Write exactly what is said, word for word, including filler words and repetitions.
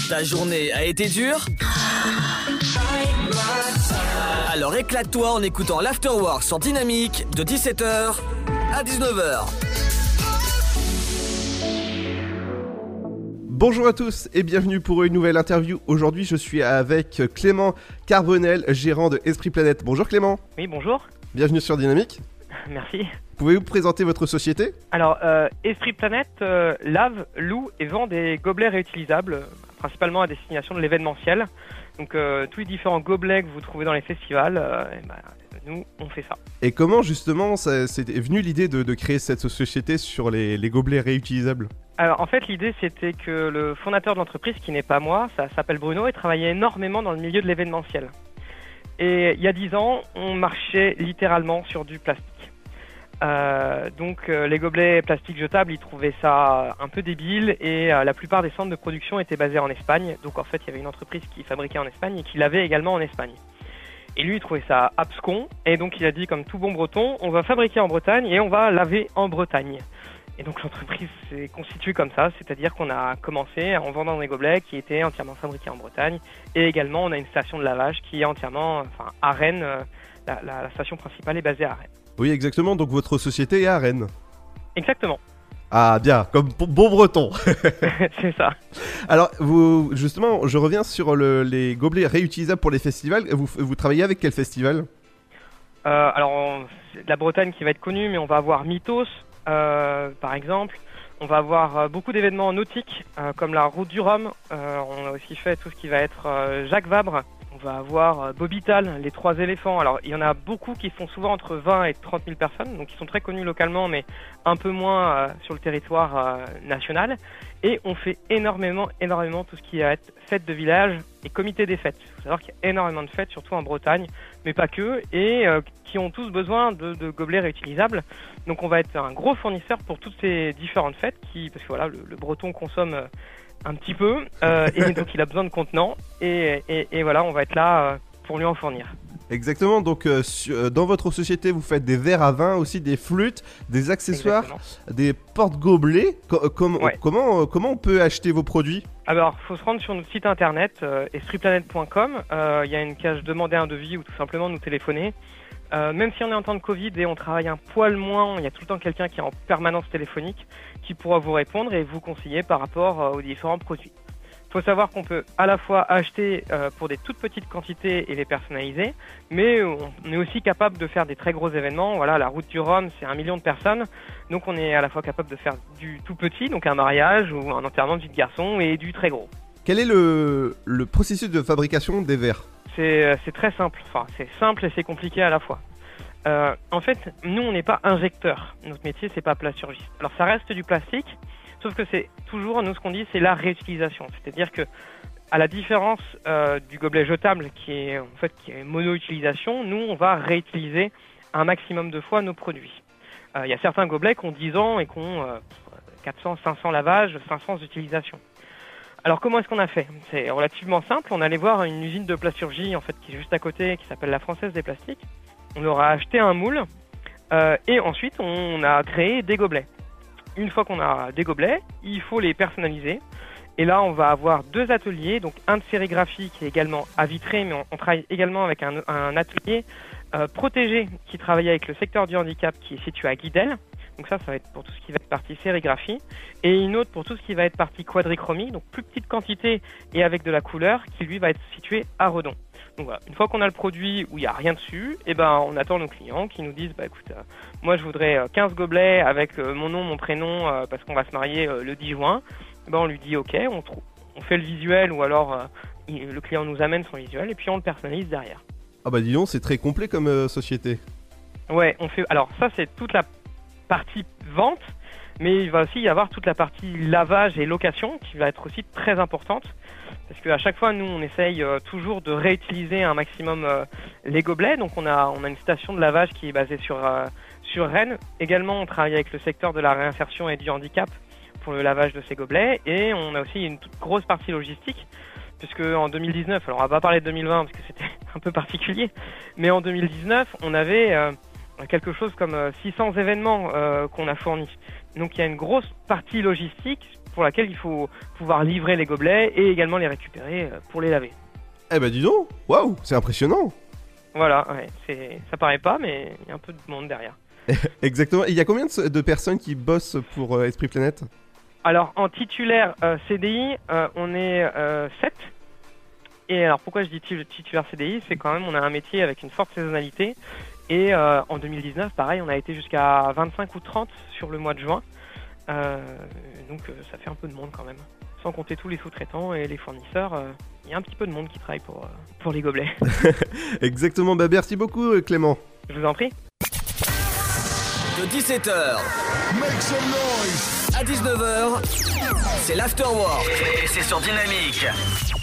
Ta journée a été dure ? Alors éclate-toi en écoutant l'Afterwork sur Dynamique de dix-sept heures à dix-neuf heures. Bonjour à tous et bienvenue pour une nouvelle interview. Aujourd'hui, je suis avec Clément Carbonel, gérant de Esprit Planète. Bonjour Clément. Oui, bonjour. Bienvenue sur Dynamique. Merci. Pouvez-vous présenter votre société ? Alors, euh, Esprit Planète euh, lave, loue et vend des gobelets réutilisables, euh, principalement à destination de l'événementiel. Donc, euh, tous les différents gobelets que vous trouvez dans les festivals, euh, et ben, nous, on fait ça. Et comment, justement, ça, c'est venu l'idée de, de créer cette société sur les, les gobelets réutilisables ? Alors, en fait, l'idée, c'était que le fondateur de l'entreprise, qui n'est pas moi, ça s'appelle Bruno, et travaillait énormément dans le milieu de l'événementiel. Et il y a dix ans, on marchait littéralement sur du plastique. Euh, donc euh, les gobelets plastiques jetables, ils trouvaient ça un peu débile et euh, la plupart des centres de production étaient basés en Espagne. Donc en fait, il y avait une entreprise qui fabriquait en Espagne et qui lavait également en Espagne. Et lui, il trouvait ça abscon et donc il a dit, comme tout bon breton, on va fabriquer en Bretagne et on va laver en Bretagne. Et donc l'entreprise s'est constituée comme ça, c'est-à-dire qu'on a commencé en vendant des gobelets qui étaient entièrement fabriqués en Bretagne et également on a une station de lavage qui est entièrement, enfin à Rennes, euh, la, la, la station principale est basée à Rennes. Oui, exactement, donc votre société est à Rennes. Exactement. Ah bien, comme bon breton. C'est ça. Alors, vous, justement, je reviens sur le, les gobelets réutilisables pour les festivals. Vous, vous travaillez avec quel festival ? euh, Alors, on, c'est la Bretagne qui va être connue, mais on va avoir Mythos, euh, par exemple. On va avoir euh, beaucoup d'événements nautiques, euh, comme la Route du Rhum. Euh, on a aussi fait tout ce qui va être euh, Jacques Vabre. On va avoir euh, Bobital, les trois éléphants. Alors, il y en a beaucoup qui font souvent entre vingt et trente mille personnes, donc ils sont très connus localement, mais un peu moins euh, sur le territoire euh, national. Et on fait énormément, énormément tout ce qui va être fêtes de village et comité des fêtes. Il faut savoir qu'il y a énormément de fêtes, surtout en Bretagne, mais pas que, et euh, qui ont tous besoin de, de gobelets réutilisables. Donc, on va être un gros fournisseur pour toutes ces différentes fêtes, qui, parce que voilà, le, le breton consomme euh, un petit peu, euh, et donc il a besoin de contenants, et, et, et voilà, on va être là euh, pour lui en fournir. Exactement, donc euh, su- dans votre société, vous faites des verres à vin, aussi des flûtes, des accessoires, exactement, des porte-gobelets. Co- com- ouais. comment, euh, comment on peut acheter vos produits ? Alors, il faut se rendre sur notre site internet, euh, esprit planète point com. Il euh, y a une case demander un devis ou tout simplement nous téléphoner. Euh, même si on est en temps de Covid et on travaille un poil moins, il y a tout le temps quelqu'un qui est en permanence téléphonique qui pourra vous répondre et vous conseiller par rapport euh, aux différents produits. Il faut savoir qu'on peut à la fois acheter euh, pour des toutes petites quantités et les personnaliser, mais on est aussi capable de faire des très gros événements. Voilà, la Route du Rhum, c'est un million de personnes, donc on est à la fois capable de faire du tout petit, donc un mariage ou un enterrement de vie de garçon, et du très gros. Quel est le, le processus de fabrication des verres ? C'est, c'est très simple, enfin c'est simple et c'est compliqué à la fois. Euh, en fait, nous on n'est pas injecteur, notre métier c'est pas plasturgiste. Alors ça reste du plastique, sauf que c'est toujours, nous ce qu'on dit c'est la réutilisation. C'est-à-dire que à la différence euh, du gobelet jetable qui est en fait qui est mono-utilisation, nous on va réutiliser un maximum de fois nos produits. Il euh, y a certains gobelets qui ont dix ans et qui ont euh, quatre cents, cinq cents lavages, cinq cents utilisations. Alors comment est-ce qu'on a fait ? C'est relativement simple, on allait voir une usine de plasturgie en fait qui est juste à côté, qui s'appelle la Française des Plastiques. On leur a acheté un moule euh, et ensuite on a créé des gobelets. Une fois qu'on a des gobelets, il faut les personnaliser. Et là, on va avoir deux ateliers, donc un de sérigraphie qui est également à Vitré, mais on, on travaille également avec un, un atelier euh, protégé qui travaille avec le secteur du handicap qui est situé à Guidel. Donc ça, ça va être pour tout ce qui va être partie sérigraphie. Et une autre pour tout ce qui va être partie quadrichromie, donc plus petite quantité et avec de la couleur, qui lui va être situé à Redon. Donc voilà, une fois qu'on a le produit où il n'y a rien dessus, et ben on attend nos clients qui nous disent bah écoute, euh, moi je voudrais euh, quinze gobelets avec euh, mon nom, mon prénom, euh, parce qu'on va se marier euh, le dix juin. Et ben on lui dit ok, on, trou- on fait le visuel ou alors euh, il, le client nous amène son visuel et puis on le personnalise derrière. Ah bah dis donc, c'est très complet comme euh, société. Ouais, on fait. Alors ça c'est toute la partie vente, mais il va aussi y avoir toute la partie lavage et location qui va être aussi très importante. Parce qu'à chaque fois, nous, on essaye euh, toujours de réutiliser un maximum euh, les gobelets. Donc, on a, on a une station de lavage qui est basée sur, euh, sur Rennes. Également, on travaille avec le secteur de la réinsertion et du handicap pour le lavage de ces gobelets. Et on a aussi une toute grosse partie logistique. Puisque en deux mille dix-neuf, alors on va pas parler de deux mille vingt parce que c'était un peu particulier, mais en deux mille dix-neuf, on avait euh, quelque chose comme euh, six cents événements euh, qu'on a fournis. Donc, il y a une grosse partie logistique. pour laquelle il faut pouvoir livrer les gobelets et également les récupérer pour les laver. Eh ben dis donc, waouh, c'est impressionnant. Voilà, ouais, c'est, ça paraît pas, mais il y a un peu de monde derrière. Exactement. Il y a combien de, de personnes qui bossent pour euh, Esprit Planète ? Alors, en titulaire euh, C D I, euh, on est euh, sept. Et alors, pourquoi je dis titulaire C D I ? C'est quand même, on a un métier avec une forte saisonnalité. Et euh, en deux mille dix-neuf, pareil, on a été jusqu'à vingt-cinq ou trente sur le mois de juin. Euh, donc, euh, ça fait un peu de monde quand même. Sans compter tous les sous-traitants et les fournisseurs, il euh, y a un petit peu de monde qui travaille pour, euh, pour les gobelets. Exactement. Bah, merci beaucoup, Clément. Je vous en prie. De dix-sept heures à dix-neuf heures, c'est l'Afterwork et c'est sur Dynamique.